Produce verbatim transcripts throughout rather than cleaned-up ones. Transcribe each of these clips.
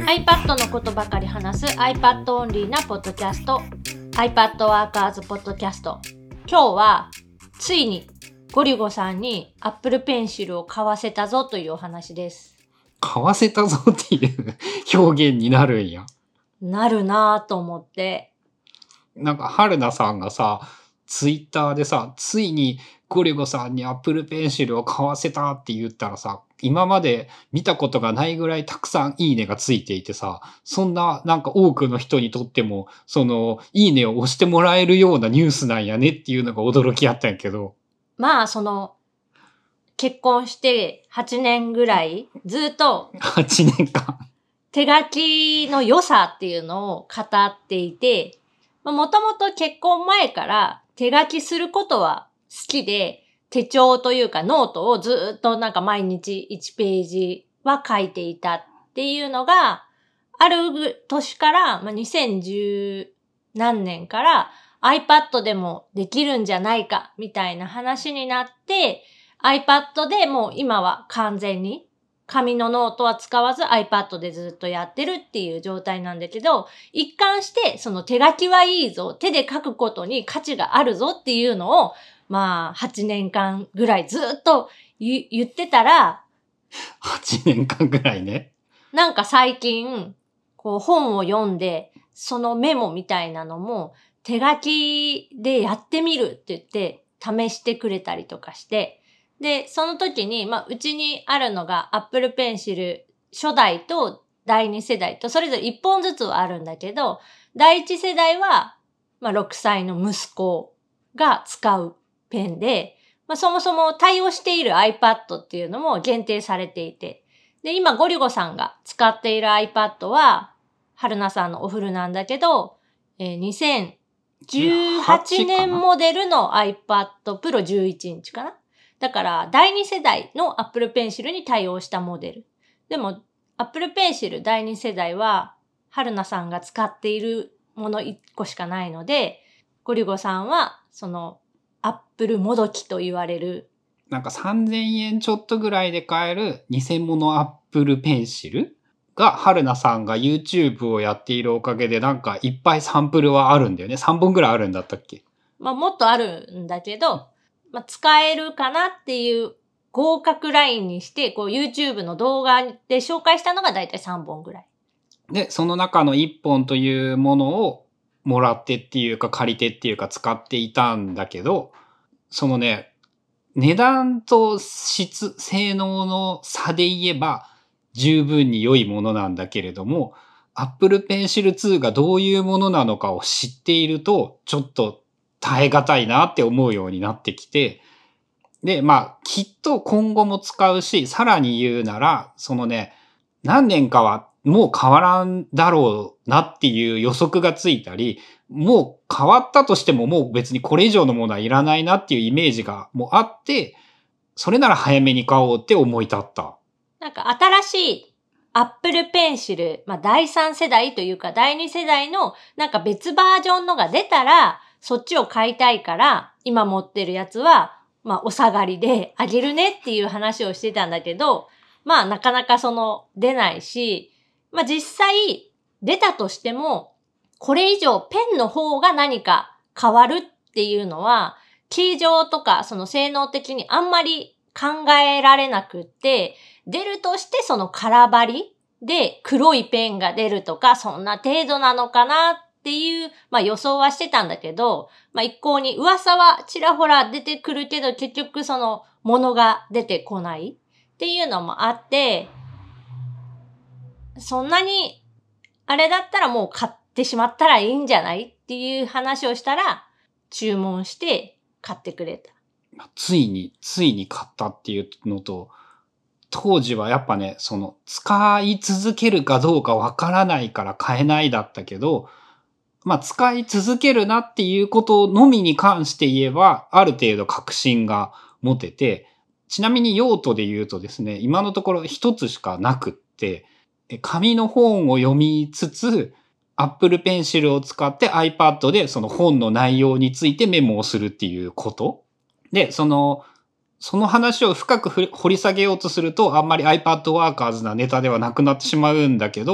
iPad のことばかり話す iPad オンリーなポッドキャスト iPad ワーカーズポッドキャスト。今日はついにゴリゴさんに Apple Pencil を買わせたぞというお話です。 買わせたぞっていう表現になるんや。 なるなぁと思って。 なんか春菜さんがさ、ツイッターでさ、ついにゴリゴさんに Apple Pencil を買わせたって言ったらさ、今まで見たことがないぐらいたくさんいいねがついていてさ、そんななんか多くの人にとっても、そのいいねを押してもらえるようなニュースなんやねっていうのが驚きあったんやけど。 まあその結婚してはちねんぐらいずっとはちねんかん手書きの良さっていうのを語っていて、もともと結婚前から手書きすることは好きで、手帳というかノートをずっとなんか毎日いちページは書いていたっていうのが、ある年から、まあ、にせんじゅう何年から iPad でもできるんじゃないかみたいな話になって、iPad でもう今は完全に紙のノートは使わず iPad でずっとやってるっていう状態なんだけど、一貫してその手書きはいいぞ、手で書くことに価値があるぞっていうのを、まあはちねんかんぐらいずっと言ってたら、 はちねんかんぐらいね。 なんか最近、こう本を読んで、そのメモみたいなのも手書きでやってみるって言って試してくれたりとかして、で、その時に、まあ、うちにあるのが Apple Pencil 初代とだいに世代とそれぞれいっぽんずつはあるんだけど、だいいち世代は、まあ、ろくさいの息子が使うペンで、まあ、そもそも対応している iPad っていうのも限定されていて、で、今ゴリゴさんが使っている iPad は、春菜さんのお古なんだけど、えー、にせんじゅうはちねんモデルの iPad Pro じゅういちインチかな。だから、だいに世代の Apple Pencil に対応したモデル。でも、Apple Pencil だいに世代は、春菜さんが使っているものいっこしかないので、ゴリゴさんは、その、Apple もどきと言われる。 なんかさんぜんえんちょっとぐらいで買える偽物 Apple Pencilが、春菜さんが YouTube をやっているおかげで、なんかいっぱいサンプルはあるんだよね。さんぼんぐらいあるんだったっけ？ まあ、もっとあるんだけど、まあ、使えるかなっていう合格ラインにして、こう YouTube の動画で紹介したのがだいたいさんぼんぐらい。 で、その中のいっぽんというものをもらってっていうか借りてっていうか使っていたんだけど、そのね、値段と質、性能の差で言えば十分に良いものなんだけれども、Apple Pencil ツーがどういうものなのかを知っていると、ちょっと耐え難いなって思うようになってきて、で、まあ、きっと今後も使うし、さらに言うなら、そのね、何年かはもう変わらんだろうなっていう予測がついたり、もう変わったとしてももう別にこれ以上のものはいらないなっていうイメージがもうあって、それなら早めに買おうって思い立った。 なんか新しい Apple Pencil、まあだいさん世代というかだいに世代のなんか別バージョンのが出たら、そっちを買いたいから、今持ってるやつは、まあお下がりであげるねっていう話をしてたんだけど、まあなかなかその出ないし、まあ実際出たとしても、これ以上ペンの方が何か変わるっていうのは、形状とかその性能的にあんまり考えられなくって、出るとしてその空張りで黒いペンが出るとか、そんな程度なのかなっていう、まあ予想はしてたんだけど、まあ一向に噂はちらほら出てくるけど、結局そのものが出てこないっていうのもあって、そんなにあれだったらもう買ってしまったらいいんじゃないっていう話をしたら、注文して買ってくれた。 ついに、ついに買ったっていうのと、当時はやっぱね、その、使い続けるかどうかわからないから買えないだったけど、まあ、使い続けるなっていうことのみに関して言えば、ある程度確信が持てて、ちなみに用途で言うとですね、今のところ一つしかなくって、紙の本を読みつつ、Apple Pencil を使って iPad でその本の内容についてメモをするっていうこと。で、その、その話を深く掘り下げようとすると、あんまり iPad Workers なネタではなくなってしまうんだけど、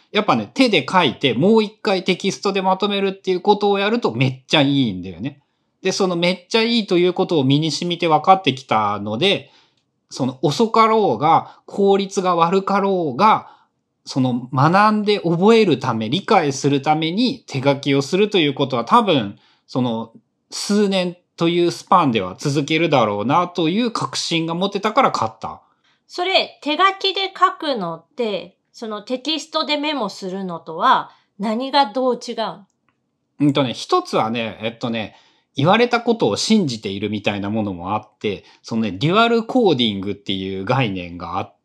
やっぱね、手で書いてもう一回テキストでまとめるっていうことをやるとめっちゃいいんだよね。で、そのめっちゃいいということを身に染みて分かってきたので、その遅かろうが、効率が悪かろうが、その学んで覚えるため、理解するために手書きをするということは多分、その数年というスパンでは続けるだろうなという確信が持てたから買った。 それ、手書きで書くのって、そのテキストでメモするのとは何がどう違う？ うんとね、一つはね、えっとね、言われたことを信じているみたいなものもあって、そのね、デュアルコーディングっていう概念があって、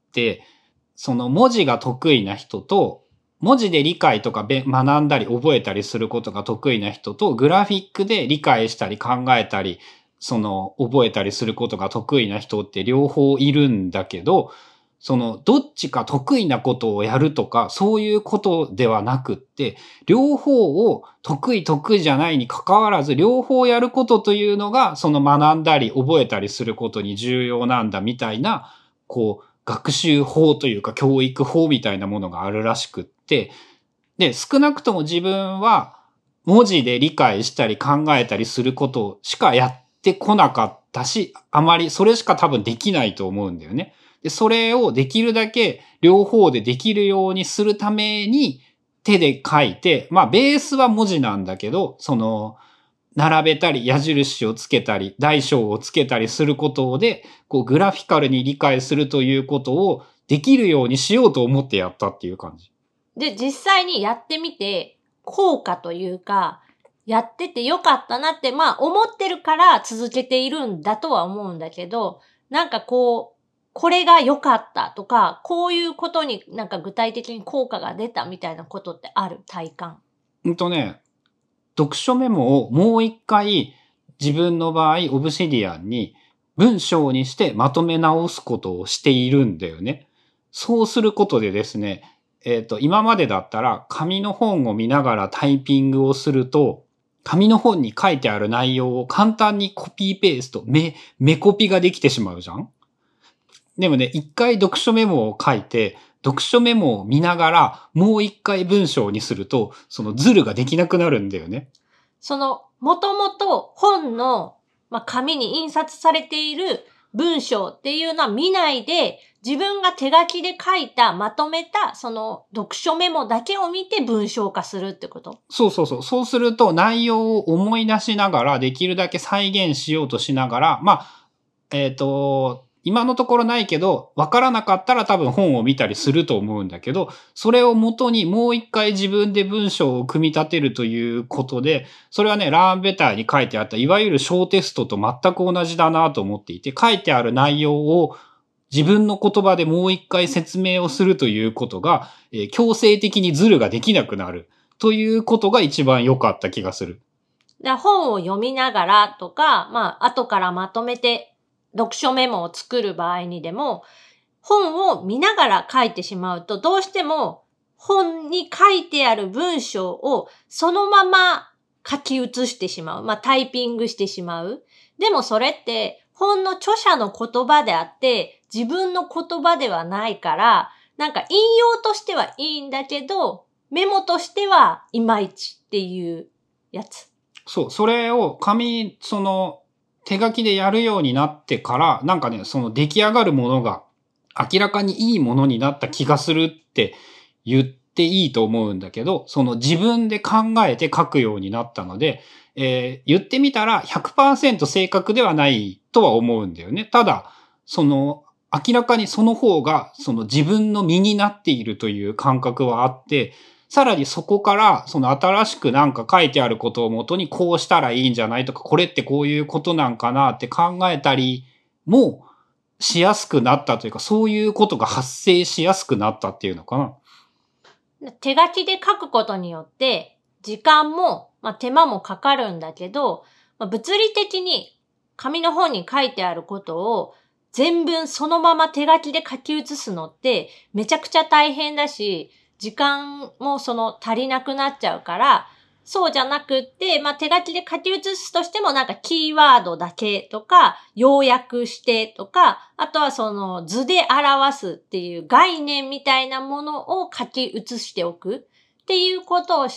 その文字が得意な人と、文字で理解とか学んだり覚えたりすることが得意な人と、グラフィックで理解したり考えたり、その覚えたりすることが得意な人って両方いるんだけど、そのどっちか得意なことをやるとか、そういうことではなくって、両方を得意得意じゃないに関わらず、両方やることというのが、その学んだり覚えたりすることに重要なんだみたいな、こう、学習法というか教育法みたいなものがあるらしくって、で、少なくとも自分は文字で理解したり考えたりすることしかやってこなかったし、あまりそれしか多分できないと思うんだよね。で、それをできるだけ両方でできるようにするために手で書いて、まあベースは文字なんだけど、その、並べたり矢印をつけたり大小をつけたりすることで、こうグラフィカルに理解するということをできるようにしようと思ってやったっていう感じ。 で、実際にやってみて、効果というか、やっててよかったなって、まあ思ってるから続けているんだとは思うんだけど、なんかこう、これが良かったとか、こういうことになんか具体的に効果が出たみたいなことってある？体感。 うんとね、読書メモをもう一回自分の場合オブシディアンに文章にしてまとめ直すことをしているんだよね。そうすることでですね、えっと、今までだったら紙の本を見ながらタイピングをすると、紙の本に書いてある内容を簡単にコピーペースト、め、めコピができてしまうじゃん。でもね、一回読書メモを書いて、読書メモを見ながら、もう一回文章にすると、そのズルができなくなるんだよね。 その、もともと本の、まあ、紙に印刷されている文章っていうのは見ないで、自分が手書きで書いた、まとめた、その読書メモだけを見て文章化するってこと？ そうそうそう。そうすると内容を思い出しながら、できるだけ再現しようとしながら、まあ、えっと、今のところないけど、わからなかったら多分本を見たりすると思うんだけど、それをもとにもう一回自分で文章を組み立てるということで、それはね、ラーンベターに書いてあった、いわゆる小テストと全く同じだなと思っていて、書いてある内容を自分の言葉でもう一回説明をするということが、えー強制的にズルができなくなるということが一番良かった気がする。 で本を読みながらとか、まあ、後からまとめて読書メモを作る場合にでも、本を見ながら書いてしまうと、どうしても本に書いてある文章をそのまま書き写してしまう。まあ、タイピングしてしまう。でもそれって本の著者の言葉であって、自分の言葉ではないから、なんか引用としてはいいんだけど、メモとしてはいまいちっていうやつ。 そう、それを紙、その、手書きでやるようになってから、なんかね、その出来上がるものが明らかにいいものになった気がするって言っていいと思うんだけど、その自分で考えて書くようになったので、えー言ってみたらひゃくパーセント正確ではないとは思うんだよね。ただ、その、明らかにその方が、その自分の身になっているという感覚はあって、さらにそこから、その新しくなんか書いてあることをもとにこうしたらいいんじゃないとか、これってこういうことなんかなって考えたりもしやすくなったというか、そういうことが発生しやすくなったっていうのかな。 手書きで書くことによって、時間も、まあ、手間もかかるんだけど、まあ、物理的に紙の本に書いてあることを全文そのまま手書きで書き写すのってめちゃくちゃ大変だし、時間もその足りなくなっちゃうから、 そうじゃなくって、まあ、手書きで書き写すとしてもなんかキーワードだけとか、要約してとか、あとはその図で表すっていう概念みたいなものを書き写しておくっていうことをして、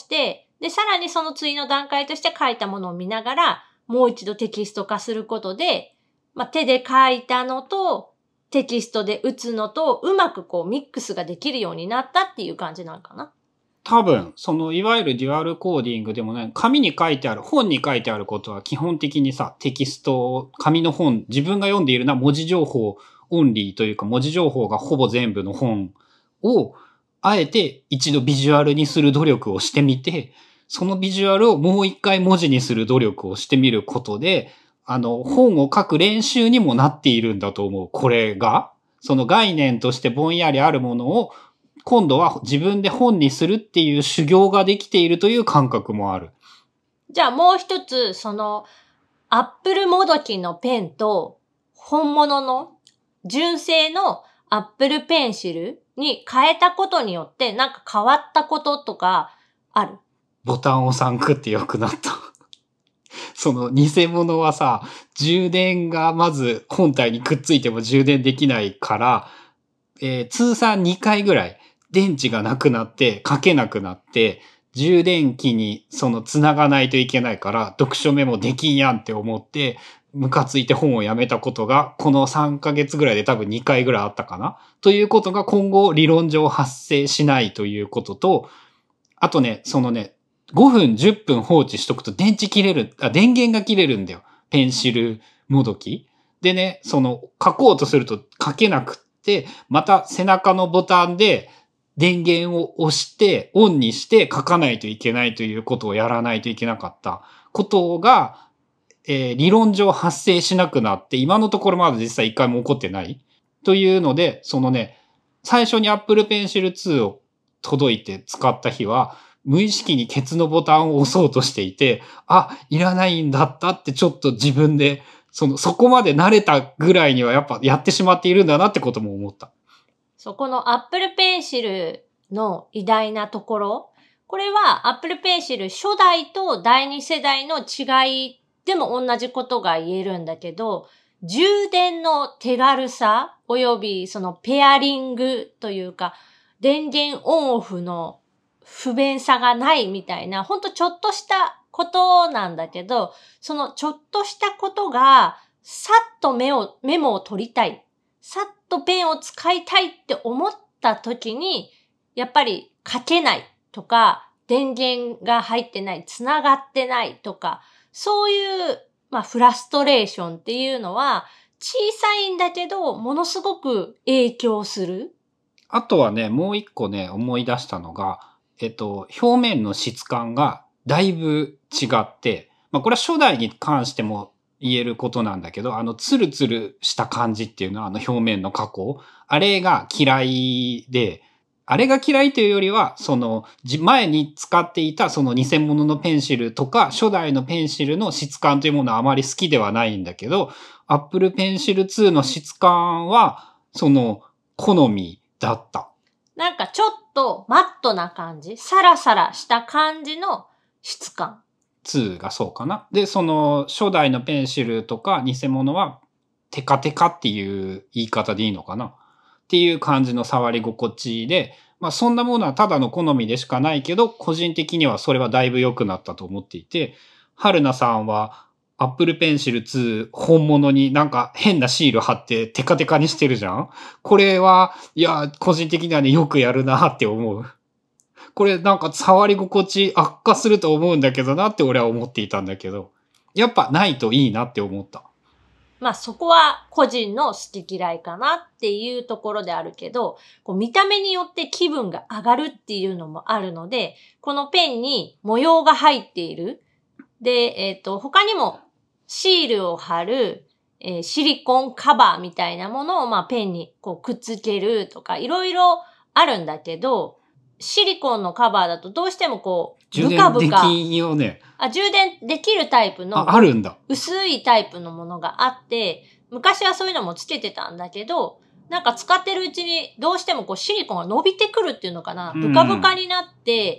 で、さらにその次の段階として書いたものを見ながら、もう一度テキスト化することで、まあ、手で書いたのとテキストで打つのとうまくこうミックスができるようになったっていう感じなんかな。 多分、その、いわゆるデュアルコーディングでもね、紙に書いてある、本に書いてあることは基本的にさ、テキスト、紙の本、自分が読んでいるのは文字情報オンリーというか、文字情報がほぼ全部の本を、あえて一度ビジュアルにする努力をしてみて、そのビジュアルをもう一回文字にする努力をしてみることで、あの、本を書く練習にもなっているんだと思う。これが、その概念としてぼんやりあるものを、今度は自分で本にするっていう修行ができているという感覚もある。 じゃあもう一つ、その、アップルもどきのペンと、本物の、純正のアップルペンシルに変えたことによって、なんか変わったこととか、ある？ ボタンをさんクって良くなった。その偽物はさ、充電がまず本体にくっついても充電できないから、えー、通算にかいぐらい、電池がなくなって書けなくなって充電器にその繋がないといけないから読書メモできんやんって思ってムカついて本をやめたことがこのさんかげつぐらいで多分にかいぐらいあったかなということが今後理論上発生しないということと、あとね、そのね、ごふんじゅっぷん放置しとくと電池切れる、あ、電源が切れるんだよ。ペンシルもどき。でね、その書こうとすると書けなくって、また背中のボタンで電源を押してオンにして書かないといけないということをやらないといけなかったことが、えー、理論上発生しなくなって今のところまだ実際一回も起こってないというので、そのね、最初に Apple Pencil ツーを届いて使った日は無意識にケツのボタンを押そうとしていて、あ、いらないんだったってちょっと自分でそのそこまで慣れたぐらいにはやっぱやってしまっているんだなってことも思った。 そこの Apple Pencil の偉大なところ、これは Apple Pencil 初代と第二世代の違いでも同じことが言えるんだけど、充電の手軽さおよびそのペアリングというか電源オンオフの不便さがないみたいな、ほんとちょっとしたことなんだけど、そのちょっとしたことがさっと目をメモを取りたい。さっとペンを使いたいって思った時に、やっぱり書けないとか、電源が入ってない、繋がってないとか、そういう、まあ、フラストレーションっていうのは、小さいんだけど、ものすごく影響する。 あとはね、もう一個ね、思い出したのが、えっと、表面の質感がだいぶ違って、まあ、これは初代に関しても、言えることなんだけど、あの、ツルツルした感じっていうのは、あの表面の加工。あれが嫌いで、あれが嫌いというよりは、その、前に使っていたその偽物のペンシルとか、初代のペンシルの質感というものはあまり好きではないんだけど、Apple Pencil ツーの質感は、その、好みだった。 なんかちょっとマットな感じ、サラサラした感じの質感。 ツーがそうかな。で、その初代のペンシルとか偽物はテカテカっていう言い方でいいのかなっていう感じの触り心地で、まあそんなものはただの好みでしかないけど、個人的にはそれはだいぶ良くなったと思っていて、春菜さんは Apple Pencil ツー本物になんか変なシール貼ってテカテカにしてるじゃん。これは、いや、個人的にはね、よくやるなって思う。これなんか触り心地悪化すると思うんだけどなって俺は思っていたんだけど、やっぱないといいなって思った。 まあそこは個人の好き嫌いかなっていうところであるけど、こう見た目によって気分が上がるっていうのもあるので、このペンに模様が入っている。で、えっと、他にもシールを貼る、えー、シリコンカバーみたいなものをまあペンにこうくっつけるとかいろいろあるんだけど、シリコンのカバーだとどうしてもこう、ブカブカ。 充電できんよね。 あ、充電できるタイプの。 あ、あるんだ。 薄いタイプのものがあって、昔はそういうのもつけてたんだけど、なんか使ってるうちにどうしてもこうシリコンが伸びてくるっていうのかな。ブカブカになって、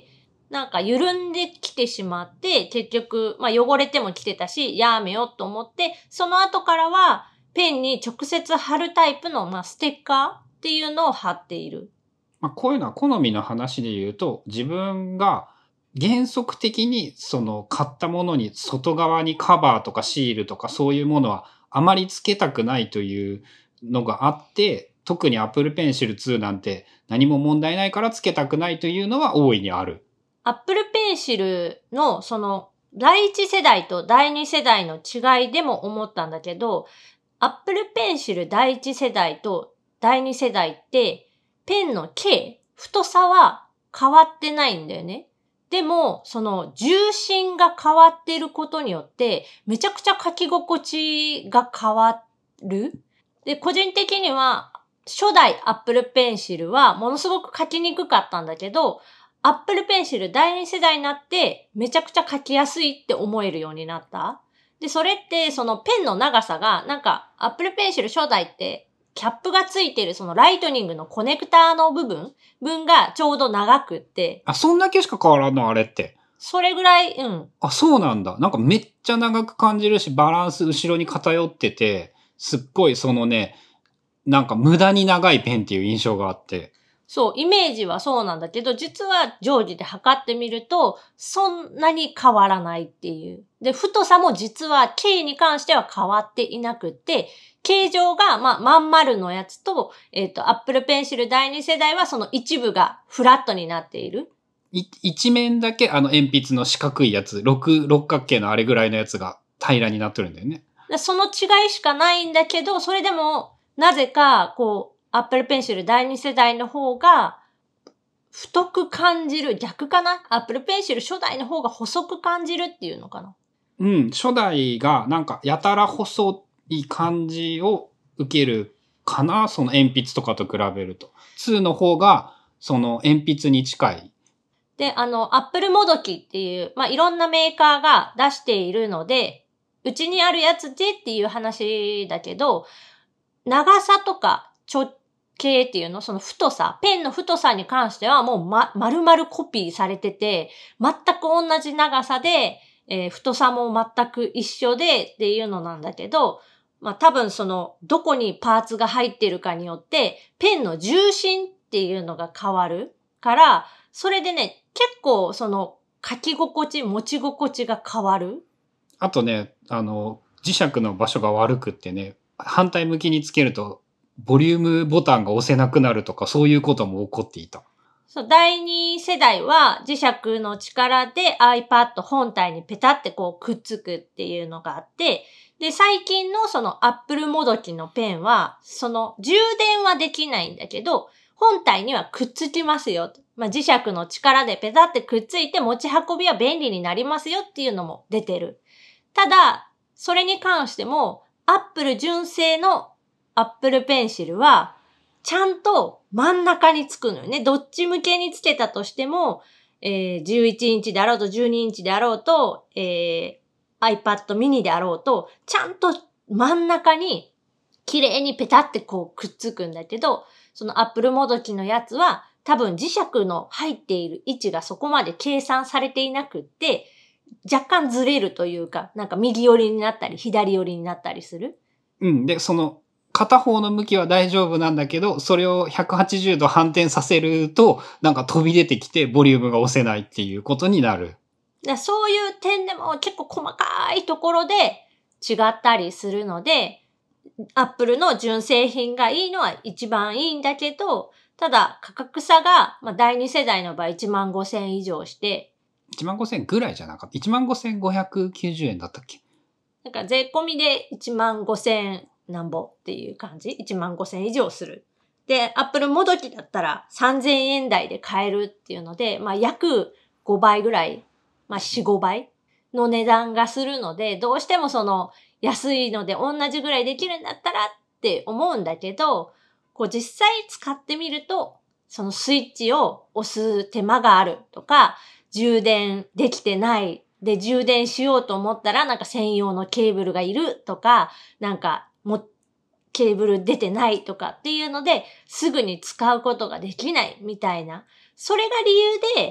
なんか緩んできてしまって、結局、まあ汚れてもきてたし、やめようと思って、その後からは、ペンに直接貼るタイプの、まあ、ステッカーっていうのを貼っている。 まあ、こういうのは好みの話で言うと、自分が原則的にその買ったものに外側にカバーとかシールとかそういうものはあまりつけたくないというのがあって、特に Apple Pencil ツーなんて何も問題ないからつけたくないというのは大いにある。 Apple Pencil のその第一世代と第二世代の違いでも思ったんだけど、Apple Pencil 第一世代と第二世代ってペンの径、太さは変わってないんだよね。でも、その重心が変わってることによってめちゃくちゃ書き心地が変わる。で、個人的には初代 Apple Pencil はものすごく書きにくかったんだけど、Apple Pencil 第二世代になってめちゃくちゃ書きやすいって思えるようになった。で、それってそのペンの長さがなんか Apple Pencil 初代ってキャップがついてるそのライトニングのコネクターの部分分がちょうど長くって。 あ、そんだけしか変わらんのあれって。 それぐらい、うん。 あ、そうなんだ。なんかめっちゃ長く感じるし、バランス後ろに偏ってて、すっごいそのね、なんか無駄に長いペンっていう印象があって。 そう、イメージはそうなんだけど、実は定規で測ってみると、そんなに変わらないっていう。で、太さも実は径に関しては変わっていなくって、形状が、まあ、まん丸のやつと、えっと、Apple Pencil 第二世代はその一部がフラットになっている。 い一面だけあの鉛筆の四角いやつ、六、六角形のあれぐらいのやつが平らになってるんだよね。 その違いしかないんだけど、それでも、なぜか、こう、Apple Pencil 第二世代の方が、太く感じる。逆かな？ Apple Pencil 初代の方が細く感じるっていうのかな？ うん、初代がなんかやたら細い感じを受けるかな、その鉛筆とかと比べると。ツーの方が、その鉛筆に近い。 で、あの、Apple もどきっていう、まあ、いろんなメーカーが出しているので、うちにあるやつでっていう話だけど、長さとか直径っていうの、その太さ、ペンの太さに関してはもうま、丸々コピーされてて、全く同じ長さで、えー、太さも全く一緒でっていうのなんだけど、まあ、多分その、どこにパーツが入ってるかによって、ペンの重心っていうのが変わるから、それでね、結構その、書き心地、持ち心地が変わる。 あとね、あの、磁石の場所が悪くってね、反対向きにつけると、ボリュームボタンが押せなくなるとか、そういうことも起こっていた。 そう、第二世代は磁石の力で iPad 本体にペタってこうくっつくっていうのがあって、で、最近のその Apple もどきのペンは、その充電はできないんだけど、本体にはくっつきますよ。まあ、磁石の力でペタってくっついて持ち運びは便利になりますよっていうのも出てる。ただ、それに関しても、Apple 純正の Apple Pencil は、ちゃんと真ん中につくのよね。どっち向けにつけたとしても、えー、じゅういちインチであろうとじゅうにインチであろうと、えー、iPad mini であろうと、ちゃんと真ん中に綺麗にペタってこうくっつくんだけど、その Apple もどきのやつは多分磁石の入っている位置がそこまで計算されていなくって、若干ずれるというか、なんか右寄りになったり左寄りになったりする。 うん。で、その、片方の向きは大丈夫なんだけど、それをひゃくはちじゅうど反転させると、なんか飛び出てきてボリュームが押せないっていうことになる。 そういう点でも結構細かいところで違ったりするので、Apple の純正品がいいのは一番いいんだけど、ただ価格差が、まあ、だいに世代の場合いちまんごせん以上して、 いちまんごせんぐらいじゃなかった。いちまんごせんごひゃくきゅうじゅうえんだったっけ？ なんか税込みでいちまんごせんなんぼっていう感じ ?いちまんごせん以上する。で、Apple もどきだったらさんぜんえん台で買えるっていうので、まあ約ごばいぐらい、まあよん、ごばいの値段がするので、どうしてもその安いので同じぐらいできるんだったらって思うんだけど、こう実際使ってみると、そのスイッチを押す手間があるとか、充電できてないで、充電しようと思ったら、なんか専用のケーブルがいるとか、なんかも、ケーブル出てないとかっていうので、すぐに使うことができないみたいな。それが理由で、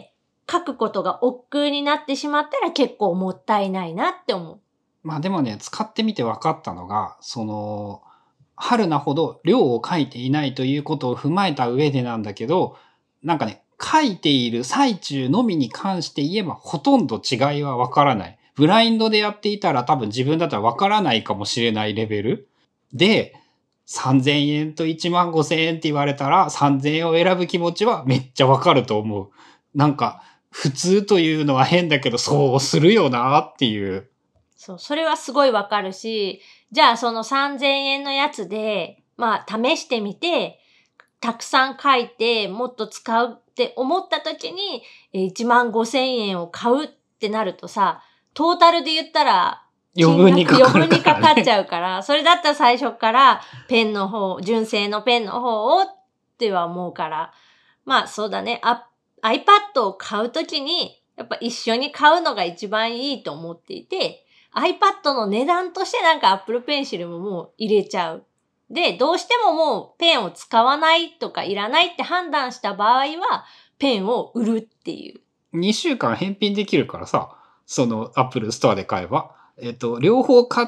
書くことが億劫になってしまったら結構もったいないなって思う。 まあでもね、使ってみて分かったのが、その、春菜ほど量を書いていないということを踏まえた上でなんだけど、なんかね、書いている最中のみに関して言えばほとんど違いは分からない。ブラインドでやっていたら多分自分だったら分からないかもしれないレベルで、さんぜんえんといちまんごせんえんって言われたらさんぜんえんを選ぶ気持ちはめっちゃ分かると思う。なんか普通というのは変だけどそうするよなっていう。 そう、それはすごいわかるし、じゃあそのさんぜんえんのやつで、まあ試してみて、たくさん書いてもっと使うって思った時にいちまんごせんえんを買うってなるとさ、トータルで言ったら余分にかかるから、ね、 余分にかかっちゃうから、それだったら最初からペンの方、純正のペンの方をっては思うから、まあそうだね、iPad を買うときにやっぱ一緒に買うのが一番いいと思っていて、iPad の値段としてなんか Apple Pencil ももう入れちゃう。で、どうしてももうペンを使わないとかいらないって判断した場合は、ペンを売るっていう。 にしゅうかん返品できるからさ、その Apple Store で買えば。えっと、両方買って、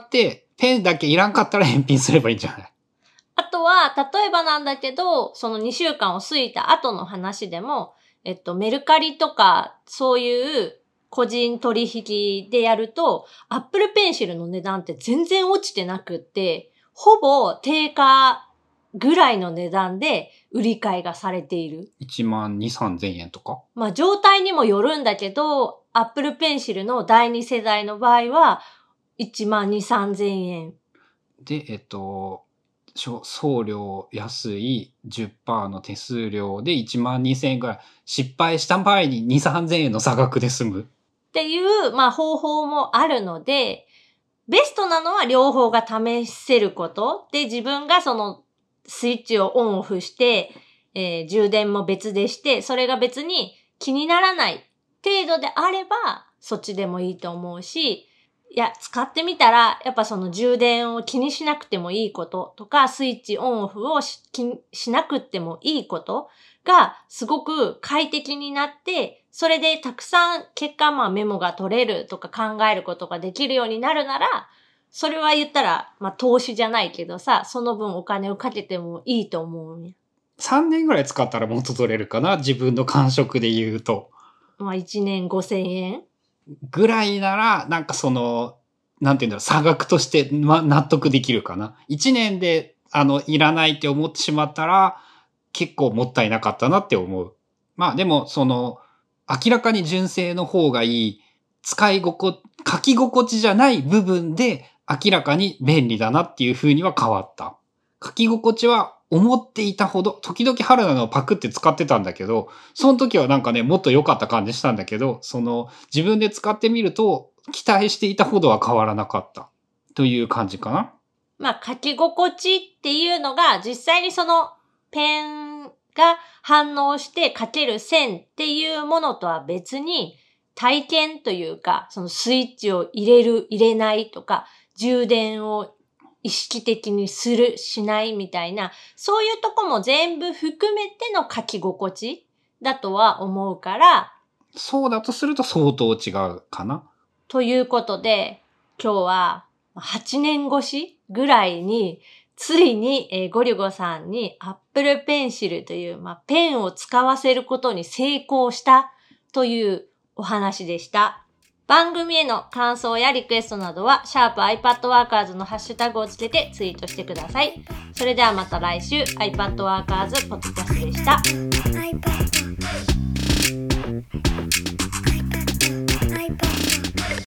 ペンだけいらんかったら返品すればいいんじゃない？ あとは、例えばなんだけど、そのにしゅうかんを過ぎた後の話でも、えっと、メルカリとか、そういう個人取引でやると、Apple Pencil の値段って全然落ちてなくって、ほぼ定価ぐらいの値段で売り買いがされている。 いちまんにせんさんぜんえんとか？ まあ、状態にもよるんだけど、Apple Pencil のだいに世代の場合は、いちまんにせんさんぜんえん。 で、えっと、送料安い じゅっパーセント の手数料でいちまんにせんえんぐらい。失敗した場合ににせんさんぜんえんの差額で済む。 っていう、まあ方法もあるので、ベストなのは両方が試せること。で、自分がそのスイッチをオンオフして、えー、充電も別でして、それが別に気にならない程度であれば、そっちでもいいと思うし、いや、使ってみたら、やっぱその充電を気にしなくてもいいこととか、スイッチオンオフを し, しなくてもいいことがすごく快適になって、それでたくさん結果まあメモが取れるとか考えることができるようになるなら、それは言ったら、まあ投資じゃないけどさ、その分お金をかけてもいいと思うね。 さんねんぐらい使ったらもっと取れるかな、自分の感触で言うと。 まあいちねんごせんえんぐらいなら、なんかその、なんていうんだろう、差額として、ま、納得できるかな。いちねんで、あの、いらないって思ってしまったら、結構もったいなかったなって思う。まあでも、その、明らかに純正の方がいい、使い心、書き心地じゃない部分で、明らかに便利だなっていう風には変わった。書き心地は思っていたほど、時々春菜のをパクって使ってたんだけど、その時はなんかね、もっと良かった感じしたんだけど、その、自分で使ってみると、期待していたほどは変わらなかった。という感じかな。 まあ、書き心地っていうのが、実際にその、ペンが反応して書ける線っていうものとは別に、体験というか、そのスイッチを入れる、入れないとか、充電を意識的にする、しないみたいな、そういうとこも全部含めての書き心地だとは思うから、 そうだとすると相当違うかな。 ということで、今日ははちねん越しぐらいに、ついに、えー、ゴリュゴさんに Apple Pencil という、まあ、ペンを使わせることに成功したというお話でした。番組への感想やリクエストなどは、シャープ iPadWorkers のハッシュタグをつけてツイートしてください。それではまた来週、iPadWorkers ポッドキャストでした。